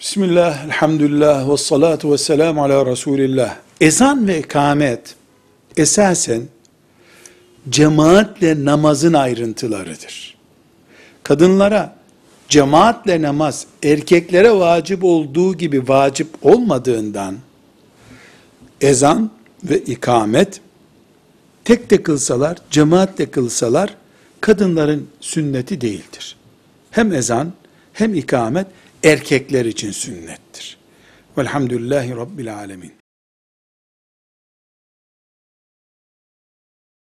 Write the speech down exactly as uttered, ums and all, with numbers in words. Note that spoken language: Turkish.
Bismillah, elhamdülillah, ve salatu ve selamu ala Resulillah. Ezan ve ikamet esasen cemaatle namazın ayrıntılarıdır. Kadınlara cemaatle namaz erkeklere vacip olduğu gibi vacip olmadığından ezan ve ikamet tek de kılsalar, cemaatle kılsalar kadınların sünneti değildir. Hem ezan hem ikamet erkekler için sünnettir. Velhamdülillahi Rabbil alemin.